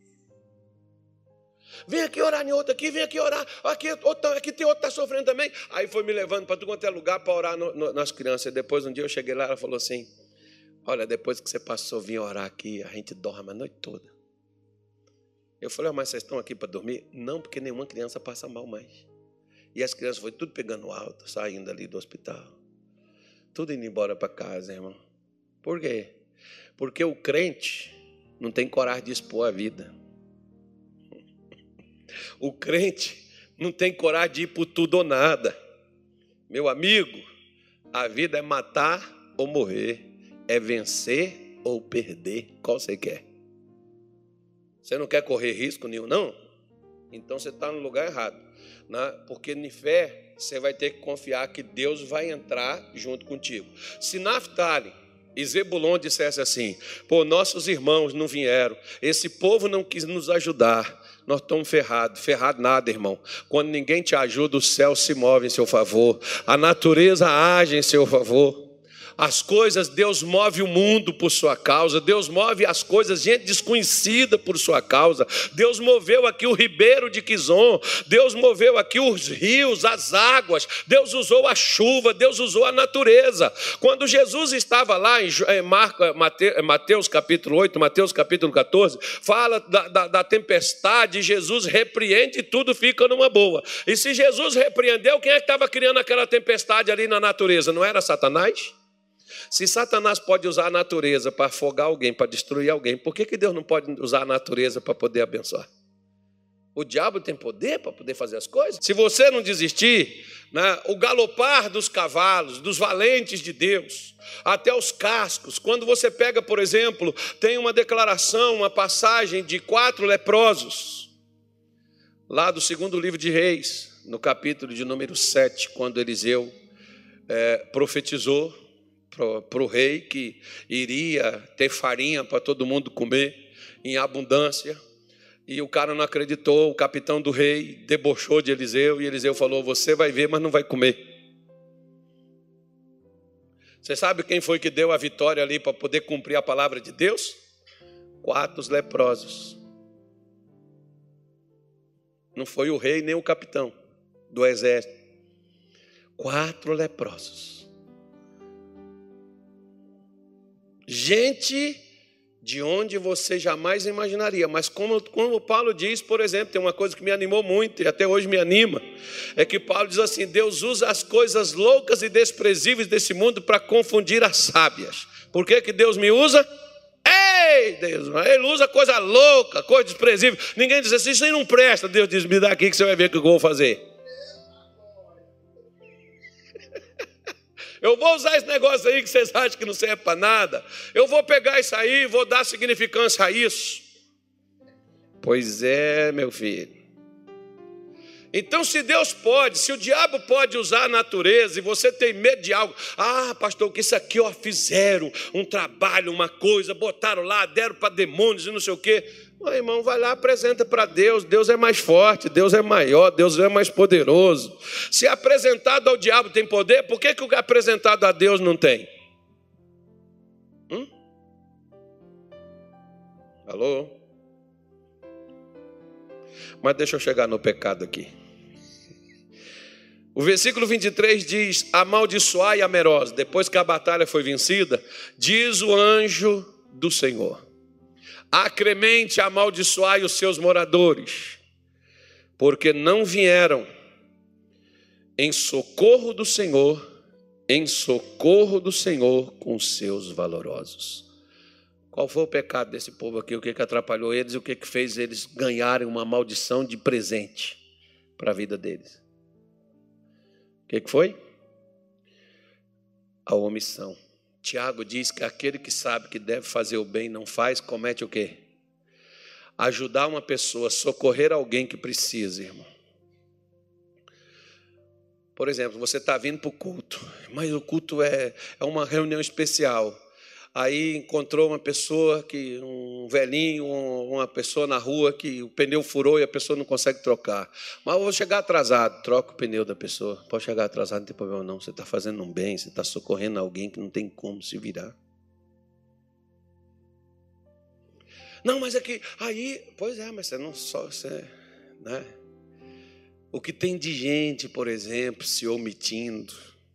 S1: Vem aqui orar em outro aqui, vem aqui orar. Aqui, outro, aqui tem outro que está sofrendo também. Aí foi me levando para tudo quanto é lugar para orar no, no, nas crianças. Depois um dia eu cheguei lá, ela falou assim, olha, depois que você passou, vim orar aqui, a gente dorme a noite toda. Eu falei, oh, mas vocês estão aqui para dormir? Não, porque nenhuma criança passa mal mais. E as crianças foram tudo pegando alto, saindo ali do hospital. Tudo indo embora para casa, irmão. Por quê? Porque o crente não tem coragem de expor a vida. O crente não tem coragem de ir por tudo ou nada. Meu amigo, a vida é matar ou morrer. É vencer ou perder. Qual você quer? Você não quer correr risco nenhum, não? Então você está no lugar errado. Né? Porque em fé, você vai ter que confiar que Deus vai entrar junto contigo. Se Naftali e Zebulon dissesse assim, pô, nossos irmãos não vieram, esse povo não quis nos ajudar, nós estamos ferrados. Ferrado nada, irmão. Quando ninguém te ajuda, o céu se move em seu favor. A natureza age em seu favor. As coisas, Deus move o mundo por sua causa. Deus move as coisas, gente desconhecida por sua causa. Deus moveu aqui o ribeiro de Quizon. Deus moveu aqui os rios, as águas. Deus usou a chuva, Deus usou a natureza. Quando Jesus estava lá em Mateus capítulo oito, Mateus capítulo catorze, fala da, da, da tempestade, Jesus repreende e tudo fica numa boa. E se Jesus repreendeu, quem é que estava criando aquela tempestade ali na natureza? Não era Satanás? Se Satanás pode usar a natureza para afogar alguém, para destruir alguém, por que, que Deus não pode usar a natureza para poder abençoar? O diabo tem poder para poder fazer as coisas? Se você não desistir, né, o galopar dos cavalos, dos valentes de Deus, até os cascos. Quando você pega, por exemplo, tem uma declaração, uma passagem de quatro leprosos, lá do segundo livro de Reis, no capítulo de número sete, quando Eliseu é, profetizou para o rei que iria ter farinha para todo mundo comer em abundância, e o cara não acreditou. O capitão do rei debochou de Eliseu, e Eliseu falou, você vai ver, mas não vai comer. Você sabe quem foi que deu a vitória ali para poder cumprir a palavra de Deus? Quatro leprosos. Não foi o rei nem o capitão do exército. Quatro leprosos. Gente de onde você jamais imaginaria. Mas como, como Paulo diz, por exemplo, tem uma coisa que me animou muito e até hoje me anima, é que Paulo diz assim, Deus usa as coisas loucas e desprezíveis desse mundo para confundir as sábias. Por que que Deus me usa? Ei, Deus, Ele usa coisa louca, coisa desprezível. Ninguém diz assim, isso aí não presta. Deus diz, me dá aqui que você vai ver o que eu vou fazer. Eu vou usar esse negócio aí que vocês acham que não serve para nada. Eu vou pegar isso aí e vou dar significância a isso. Pois é, meu filho. Então, se Deus pode, se o diabo pode usar a natureza e você tem medo de algo, ah, pastor, que isso aqui ó, fizeram um trabalho, uma coisa, botaram lá, deram para demônios e não sei o quê. Meu irmão, vai lá, apresenta para Deus. Deus é mais forte, Deus é maior, Deus é mais poderoso. Se apresentado ao diabo tem poder, por que que o apresentado a Deus não tem? Hum? Alô? Mas deixa eu chegar no pecado aqui. O versículo vinte e três diz, amaldiçoai a Meroz. Depois que a batalha foi vencida, diz o anjo do Senhor, acremente amaldiçoai os seus moradores, porque não vieram em socorro do Senhor, em socorro do Senhor com seus valorosos. Qual foi o pecado desse povo aqui? O que, que atrapalhou eles? O que, que fez eles ganharem uma maldição de presente para a vida deles? O que, que foi? A omissão. Tiago diz que aquele que sabe que deve fazer o bem não faz, comete o quê? Ajudar uma pessoa, socorrer alguém que precisa, irmão. Por exemplo, você está vindo para o culto, mas o culto é, é uma reunião especial. Aí encontrou uma pessoa, que um velhinho, uma pessoa na rua que o pneu furou e a pessoa não consegue trocar. Mas eu vou chegar atrasado, troca o pneu da pessoa. Pode chegar atrasado, não tem problema não. Você está fazendo um bem, você está socorrendo alguém que não tem como se virar. Não, mas é que aí, pois é, mas você não só, você, né? O que tem de gente, por exemplo, se omitindo,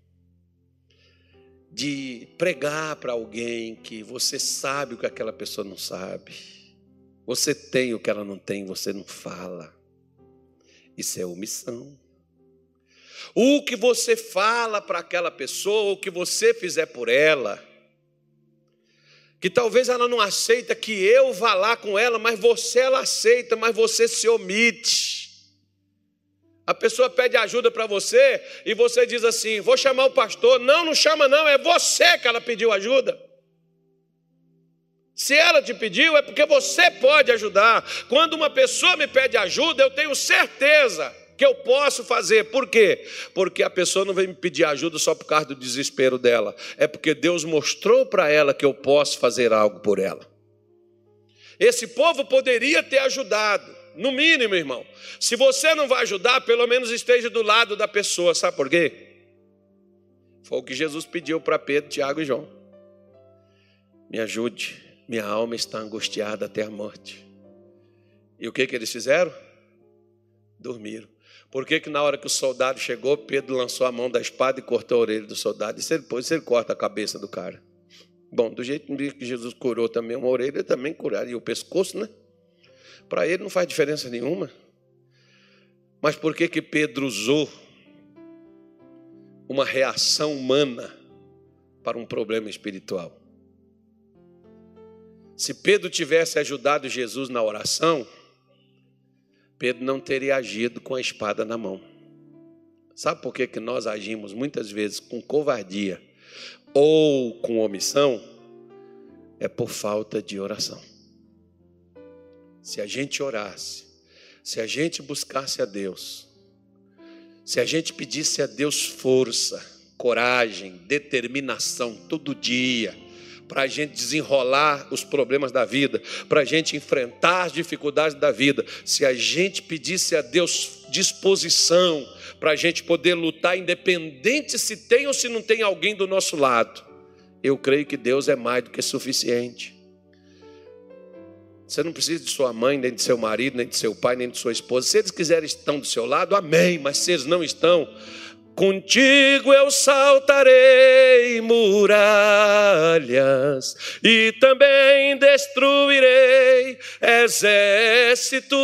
S1: de pregar para alguém que você sabe o que aquela pessoa não sabe. Você tem o que ela não tem, você não fala. Isso é omissão. O que você fala para aquela pessoa, o que você fizer por ela, que talvez ela não aceita que eu vá lá com ela, mas você ela aceita, mas você se omite. A pessoa pede ajuda para você e você diz assim, vou chamar o pastor. Não, não chama não, é você que ela pediu ajuda. Se ela te pediu, é porque você pode ajudar. Quando uma pessoa me pede ajuda, eu tenho certeza que eu posso fazer. Por quê? Porque a pessoa não vem me pedir ajuda só por causa do desespero dela. É porque Deus mostrou para ela que eu posso fazer algo por ela. Esse povo poderia ter ajudado. No mínimo, irmão, se você não vai ajudar, pelo menos esteja do lado da pessoa. Sabe por quê? Foi o que Jesus pediu para Pedro, Tiago e João. Me ajude, minha alma está angustiada até a morte. E o que, que eles fizeram? Dormiram. Por que, que na hora que o soldado chegou, Pedro lançou a mão da espada e cortou a orelha do soldado? E se ele, depois ele corta a cabeça do cara? Bom, do jeito que Jesus curou também uma orelha, ele também curaria o pescoço, né? Para ele não faz diferença nenhuma. Mas por que que Pedro usou uma reação humana para um problema espiritual? Se Pedro tivesse ajudado Jesus na oração, Pedro não teria agido com a espada na mão. Sabe por que que nós agimos muitas vezes com covardia ou com omissão? É por falta de oração. Se a gente orasse, se a gente buscasse a Deus, se a gente pedisse a Deus força, coragem, determinação todo dia, para a gente desenrolar os problemas da vida, para a gente enfrentar as dificuldades da vida, se a gente pedisse a Deus disposição, para a gente poder lutar independente se tem ou se não tem alguém do nosso lado, eu creio que Deus é mais do que suficiente. Você não precisa de sua mãe, nem de seu marido, nem de seu pai, nem de sua esposa. Se eles quiserem estão do seu lado, amém. Mas se eles não estão, contigo eu saltarei muralhas e também destruirei exércitos,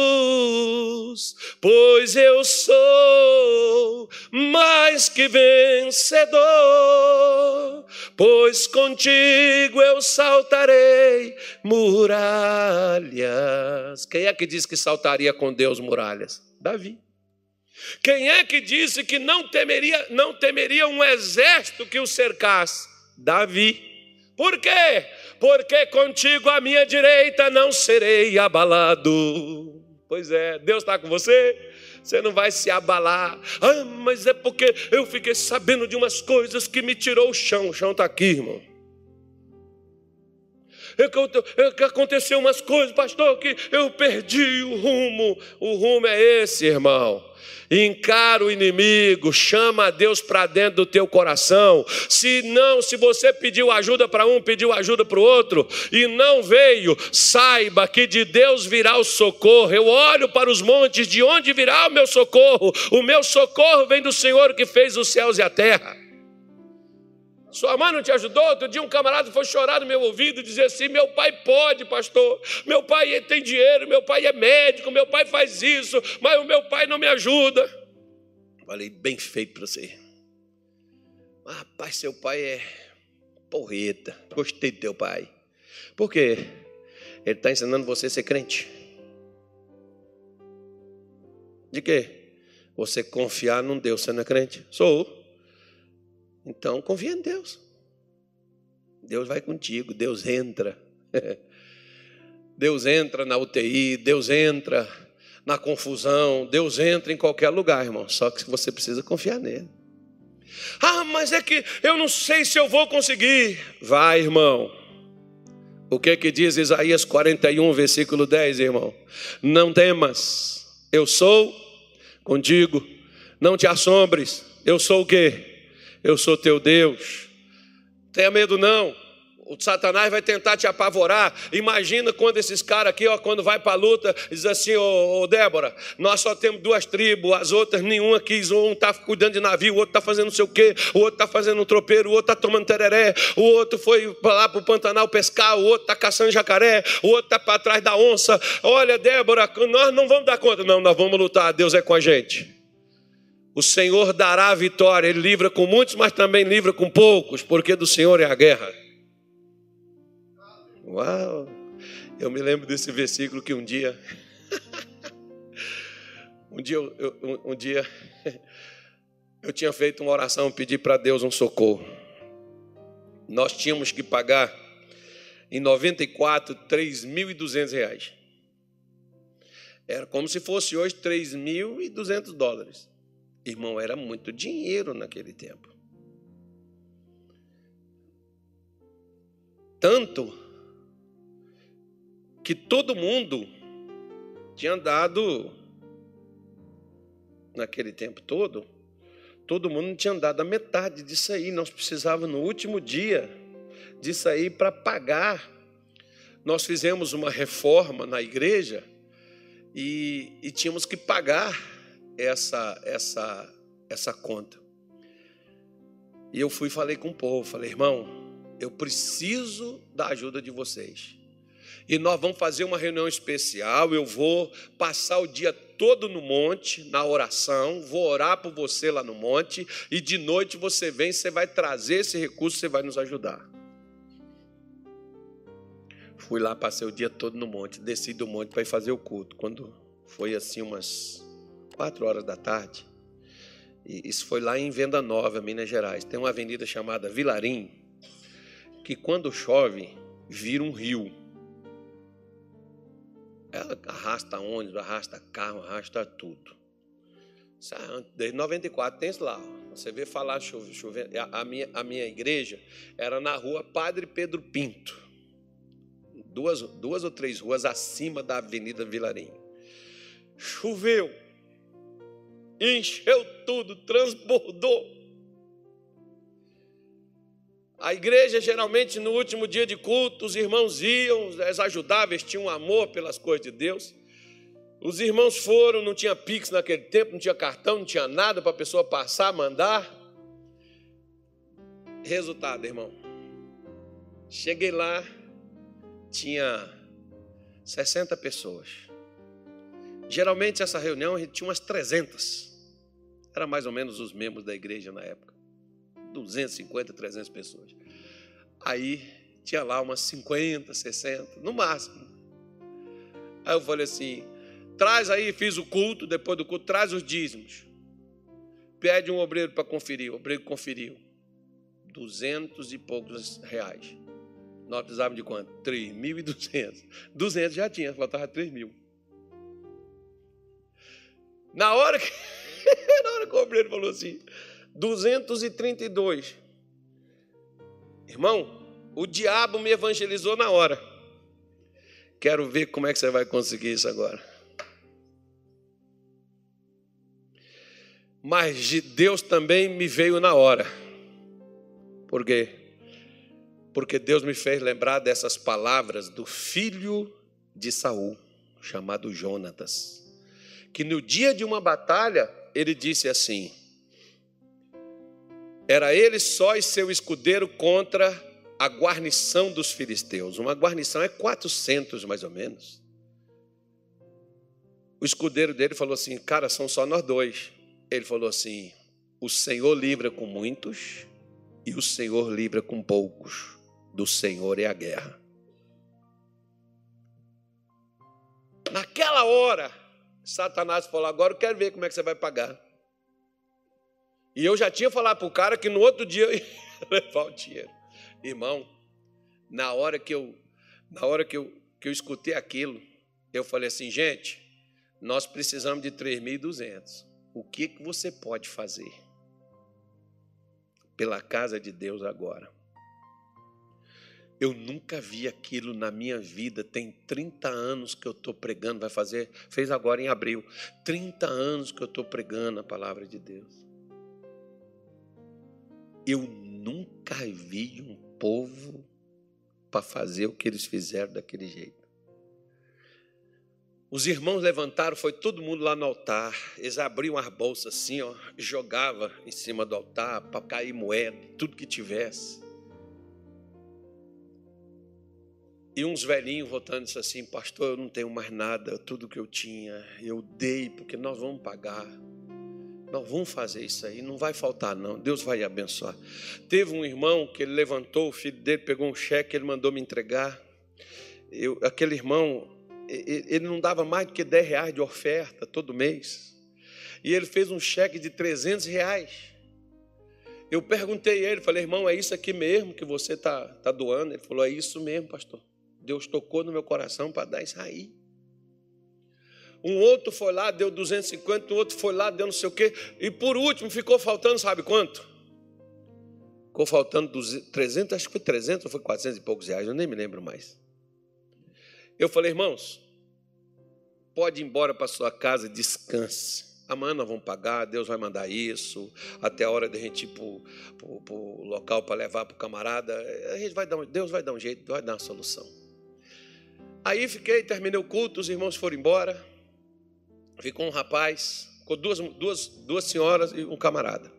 S1: pois eu sou mais que vencedor, pois contigo eu saltarei muralhas. Quem é que diz que saltaria com Deus muralhas? Davi. Quem é que disse que não temeria, não temeria um exército que o cercasse? Davi. Por quê? Porque contigo à minha direita não serei abalado. Pois é, Deus está com você, você não vai se abalar. Ah, mas é porque eu fiquei sabendo de umas coisas que me tirou o chão. O chão está aqui, irmão. É que aconteceu umas coisas, pastor, que eu perdi o rumo. O rumo é esse, irmão. Encara o inimigo, chama a Deus para dentro do teu coração. Se não, se você pediu ajuda para um, pediu ajuda para o outro e não veio, saiba que de Deus virá o socorro. Eu olho para os montes, de onde virá o meu socorro? O meu socorro vem do Senhor que fez os céus e a terra. Sua mãe não te ajudou? Outro dia um camarada foi chorar no meu ouvido e dizer assim, meu pai pode, pastor, meu pai tem dinheiro, meu pai é médico, meu pai faz isso, mas o meu pai não me ajuda. Falei, bem feito para você. Ah, rapaz, seu pai é porreta, gostei do teu pai. Por quê? Ele está ensinando você a ser crente. De quê? Você confiar num Deus. Você não é crente? Sou. Então confia em Deus. Deus vai contigo. Deus entra. Deus entra na U T I. Deus entra na confusão. Deus entra em qualquer lugar, irmão. Só que você precisa confiar nele. Ah, mas é que eu não sei se eu vou conseguir. Vai, irmão. O que que diz Isaías quarenta e um, versículo dez, irmão? Não temas, eu sou contigo. Não te assombres, eu sou o quê? Eu sou teu Deus. Tenha medo não. O Satanás vai tentar te apavorar. Imagina quando esses caras aqui, ó, quando vai para a luta, diz assim, ô, ô Débora, nós só temos duas tribos, as outras nenhuma quis, um está cuidando de navio, o outro está fazendo não sei o quê, o outro está fazendo um tropeiro, o outro está tomando tereré, o outro foi lá para o Pantanal pescar, o outro está caçando jacaré, o outro está para trás da onça. Olha, Débora, nós não vamos dar conta. Não, nós vamos lutar, Deus é com a gente. O Senhor dará a vitória, Ele livra com muitos, mas também livra com poucos, porque do Senhor é a guerra. Uau, eu me lembro desse versículo que um dia, um dia, eu, eu, um dia eu tinha feito uma oração, pedi para Deus um socorro. Nós tínhamos que pagar em noventa e quatro, três mil e duzentos reais. Era como se fosse hoje três mil e duzentos dólares. Irmão, era muito dinheiro naquele tempo. Tanto que todo mundo tinha andado, naquele tempo todo, todo mundo tinha andado a metade disso aí. Nós precisávamos, no último dia, disso aí para pagar. Nós fizemos uma reforma na igreja e, e tínhamos que pagar essa, essa, essa conta. E eu fui e falei com o povo, falei, irmão, eu preciso da ajuda de vocês. E nós vamos fazer uma reunião especial, eu vou passar o dia todo no monte, na oração, vou orar por você lá no monte, e de noite você vem, você vai trazer esse recurso, você vai nos ajudar. Fui lá, passei o dia todo no monte, desci do monte para ir fazer o culto. Quando foi assim umas quatro horas da tarde, e isso foi lá em Venda Nova, Minas Gerais, tem uma avenida chamada Vilarim, que quando chove, vira um rio. Ela arrasta ônibus, arrasta carro, arrasta tudo. Desde noventa e quatro tem isso lá. Você vê falar chovendo. A minha, a minha igreja era na rua Padre Pedro Pinto. Duas, duas ou três ruas acima da Avenida Vilarim. Choveu. Encheu tudo, transbordou. A igreja, geralmente, no último dia de culto, os irmãos iam, eles ajudavam, eles tinham amor pelas coisas de Deus. Os irmãos foram, não tinha Pix naquele tempo, não tinha cartão, não tinha nada para a pessoa passar, mandar. Resultado, irmão. Cheguei lá, tinha sessenta pessoas. Geralmente, essa reunião, a gente tinha umas trezentas. Era mais ou menos os membros da igreja na época. duzentas e cinquenta, trezentas pessoas. Aí tinha lá umas cinquenta, sessenta, no máximo. Aí eu falei assim, traz aí, fiz o culto, depois do culto, traz os dízimos. Pede um obreiro para conferir. O obreiro conferiu. Duzentos e poucos reais. Nós precisávamos de quanto? Três mil e duzentos. Duzentos já tinha, faltava três mil. Na hora que, na hora que o obreiro falou assim, duzentos e trinta e dois. Irmão, o diabo me evangelizou na hora. Quero ver como é que você vai conseguir isso agora. Mas de Deus também me veio na hora. Por quê? Porque Deus me fez lembrar dessas palavras do filho de Saul, chamado Jonatas, que no dia de uma batalha, ele disse assim, era ele só e seu escudeiro contra a guarnição dos filisteus. Uma guarnição é quatrocentos mais ou menos. O escudeiro dele falou assim, cara, são só nós dois. Ele falou assim, o Senhor livra com muitos e o Senhor livra com poucos. Do Senhor é a guerra. Naquela hora, Satanás falou, agora eu quero ver como é que você vai pagar. E eu já tinha falado para o cara que no outro dia eu ia levar o dinheiro. Irmão, na hora que eu, na hora que eu, que eu escutei aquilo, eu falei assim, gente, nós precisamos de três mil e duzentos. O que, que você pode fazer pela casa de Deus agora? Eu nunca vi aquilo na minha vida. Tem trinta anos que eu estou pregando, vai fazer, fez agora em abril. trinta anos que eu estou pregando a palavra de Deus. Eu nunca vi um povo para fazer o que eles fizeram daquele jeito. Os irmãos levantaram, foi todo mundo lá no altar. Eles abriam as bolsas assim, ó, jogavam em cima do altar para cair moeda, tudo que tivesse. E uns velhinhos voltando disse assim, pastor, eu não tenho mais nada, tudo que eu tinha, eu dei, porque nós vamos pagar. Nós vamos fazer isso aí, não vai faltar não, Deus vai abençoar. Teve um irmão que ele levantou, o filho dele pegou um cheque, ele mandou me entregar. Eu, aquele irmão, ele não dava mais do que dez reais de oferta todo mês. E ele fez um cheque de trezentos reais. Eu perguntei a ele, falei, irmão, é isso aqui mesmo que você está tá doando? Ele falou, é isso mesmo, pastor. Deus tocou no meu coração para dar isso aí. Um outro foi lá, deu duzentos e cinquenta, o outro foi lá, deu não sei o quê. E por último ficou faltando, sabe quanto? Ficou faltando trezentos, acho que foi trezentos ou foi quatrocentos e poucos reais, eu nem me lembro mais. Eu falei, irmãos, pode ir embora para sua casa, descanse. Amanhã nós vamos pagar, Deus vai mandar isso, até a hora de a gente ir para o local para levar para o camarada. A gente vai dar um, Deus vai dar um jeito, vai dar uma solução. Aí fiquei, terminei o culto, os irmãos foram embora. Ficou um rapaz, ficou duas, duas, duas senhoras e um camarada.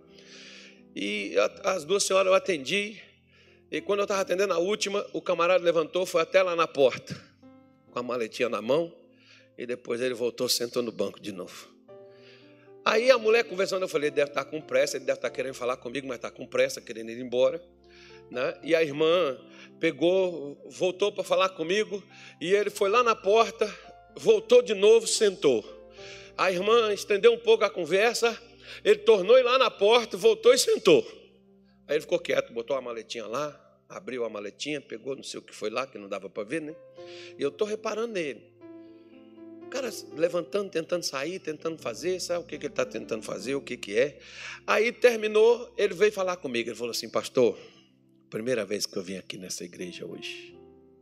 S1: E as duas senhoras eu atendi, e quando eu estava atendendo a última, o camarada levantou, foi até lá na porta, com a maletinha na mão, e depois ele voltou, sentou no banco de novo. Aí a mulher conversando, eu falei, ele deve estar com pressa, ele deve estar querendo falar comigo, mas está com pressa, querendo ir embora. Né? E a irmã pegou, voltou para falar comigo, e ele foi lá na porta, voltou de novo, sentou. A irmã estendeu um pouco a conversa, ele tornou ir lá na porta, voltou e sentou. Aí ele ficou quieto, botou a maletinha lá, abriu a maletinha, pegou não sei o que foi lá, que não dava para ver, né? E eu estou reparando nele. O cara levantando, tentando sair, tentando fazer, sabe o que, que ele está tentando fazer, o que, que é. Aí terminou, ele veio falar comigo, ele falou assim, pastor, primeira vez que eu vim aqui nessa igreja hoje.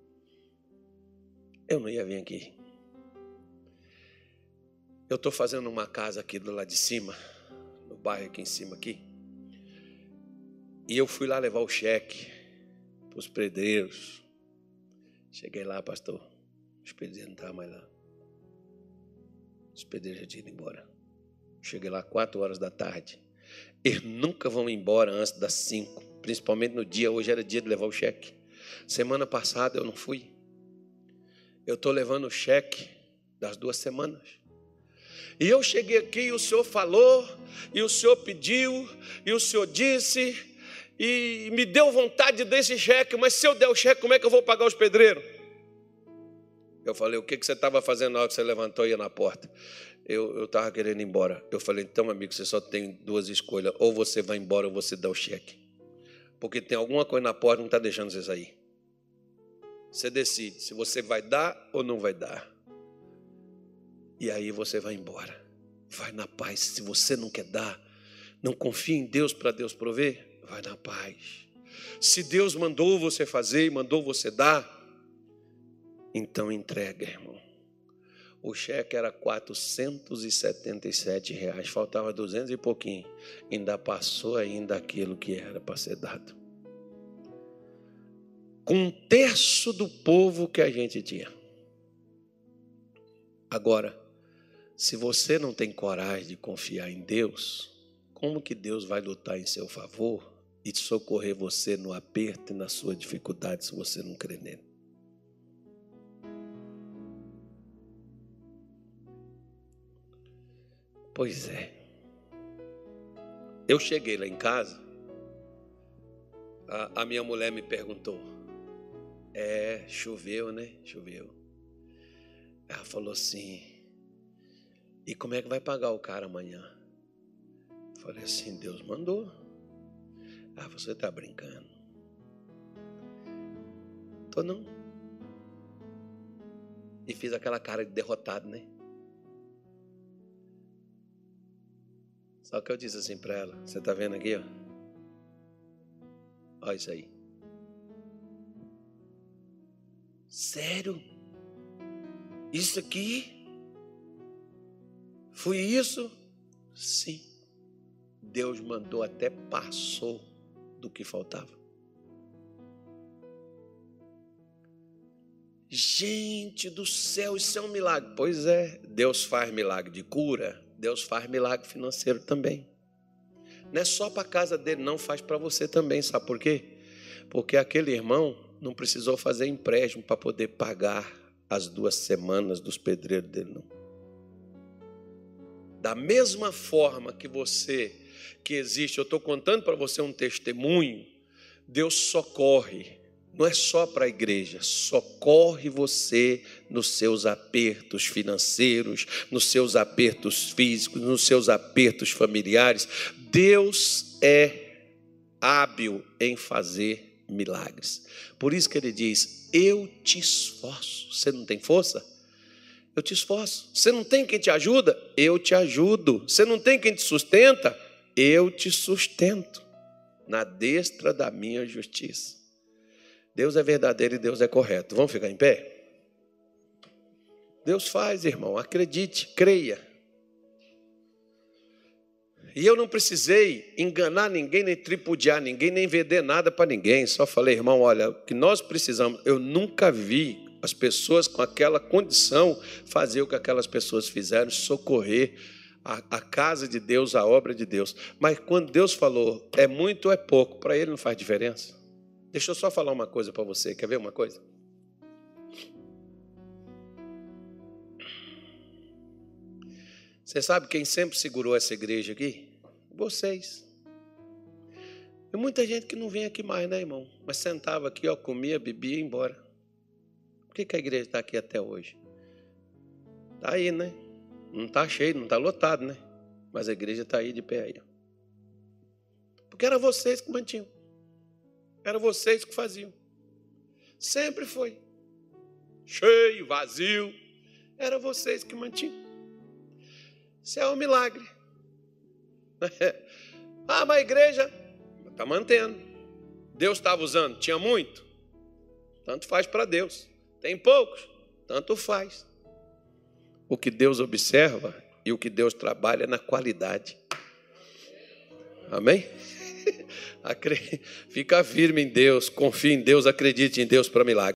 S1: Eu não ia vir aqui. Eu estou fazendo uma casa aqui do lado de cima, no bairro aqui em cima aqui. E eu fui lá levar o cheque para os pedreiros. Cheguei lá, pastor, os pedreiros não estavam mais lá. Os pedreiros já tinham ido embora. Cheguei lá quatro horas da tarde. Eles nunca vão embora antes das cinco. Principalmente no dia, hoje era dia de levar o cheque. Semana passada eu não fui. Eu estou levando o cheque das duas semanas. E eu cheguei aqui e o senhor falou, e o senhor pediu, e o senhor disse, e me deu vontade desse cheque, mas se eu der o cheque, como é que eu vou pagar os pedreiros? Eu falei, o que, que você estava fazendo na hora que você levantou e ia na porta? Eu estava querendo ir embora. Eu falei, então, amigo, você só tem duas escolhas, ou você vai embora ou você dá o cheque. Porque tem alguma coisa na porta que não está deixando você sair. Você decide se você vai dar ou não vai dar. E aí você vai embora. Vai na paz. Se você não quer dar, não confia em Deus para Deus prover, vai na paz. Se Deus mandou você fazer e mandou você dar, então entrega, irmão. O cheque era quatrocentos e setenta e sete reais, faltava duzentos e pouquinho. Ainda passou ainda aquilo que era para ser dado. Com um terço do povo que a gente tinha. Agora, se você não tem coragem de confiar em Deus, como que Deus vai lutar em seu favor e socorrer você no aperto e na sua dificuldade se você não crer nele? Pois é. Eu cheguei lá em casa, a, a minha mulher me perguntou, é, choveu, né? Choveu. Ela falou assim, e como é que vai pagar o cara amanhã? Eu falei assim, Deus mandou. Ah, você está brincando. Tô não. E fiz aquela cara de derrotado, né? Só que eu disse assim para ela, você está vendo aqui, ó? Olha isso aí. Sério? Isso aqui? Foi isso? Sim. Deus mandou, até passou do que faltava. Gente do céu, isso é um milagre. Pois é, Deus faz milagre de cura, Deus faz milagre financeiro também. Não é só para a casa dele, não, faz para você também. Sabe por quê? Porque aquele irmão não precisou fazer empréstimo para poder pagar as duas semanas dos pedreiros dele, não. Da mesma forma que você, que existe, eu estou contando para você um testemunho, Deus socorre. Não é só para a igreja, socorre você nos seus apertos financeiros, nos seus apertos físicos, nos seus apertos familiares. Deus é hábil em fazer milagres. Por isso que ele diz, eu te esforço. Você não tem força? Eu te esforço. Você não tem quem te ajuda? Eu te ajudo. Você não tem quem te sustenta? Eu te sustento. Na destra da minha justiça. Deus é verdadeiro e Deus é correto. Vamos ficar em pé? Deus faz, irmão. Acredite, creia. E eu não precisei enganar ninguém, nem tripudiar ninguém, nem vender nada para ninguém. Só falei, irmão, olha, o que nós precisamos... Eu nunca vi as pessoas com aquela condição fazer o que aquelas pessoas fizeram, socorrer a, a casa de Deus, a obra de Deus. Mas quando Deus falou, é muito ou é pouco, para ele não faz diferença. Deixa eu só falar uma coisa para você. Quer ver uma coisa? Você sabe quem sempre segurou essa igreja aqui? Vocês. E muita gente que não vem aqui mais, né, irmão? Mas sentava aqui, ó, comia, bebia e ia embora. Por que, que a igreja está aqui até hoje? Está aí, né? Não está cheio, não está lotado, né? Mas a igreja está aí de pé aí. Porque era vocês que mantinham. Era vocês que faziam. Sempre foi. Cheio, vazio. Era vocês que mantinham. Isso é um milagre. Ah, mas a igreja está mantendo. Deus estava usando. Tinha muito? Tanto faz para Deus. Tem poucos? Tanto faz. O que Deus observa e o que Deus trabalha é na qualidade. Amém? Fica firme em Deus, confie em Deus, acredite em Deus para milagre.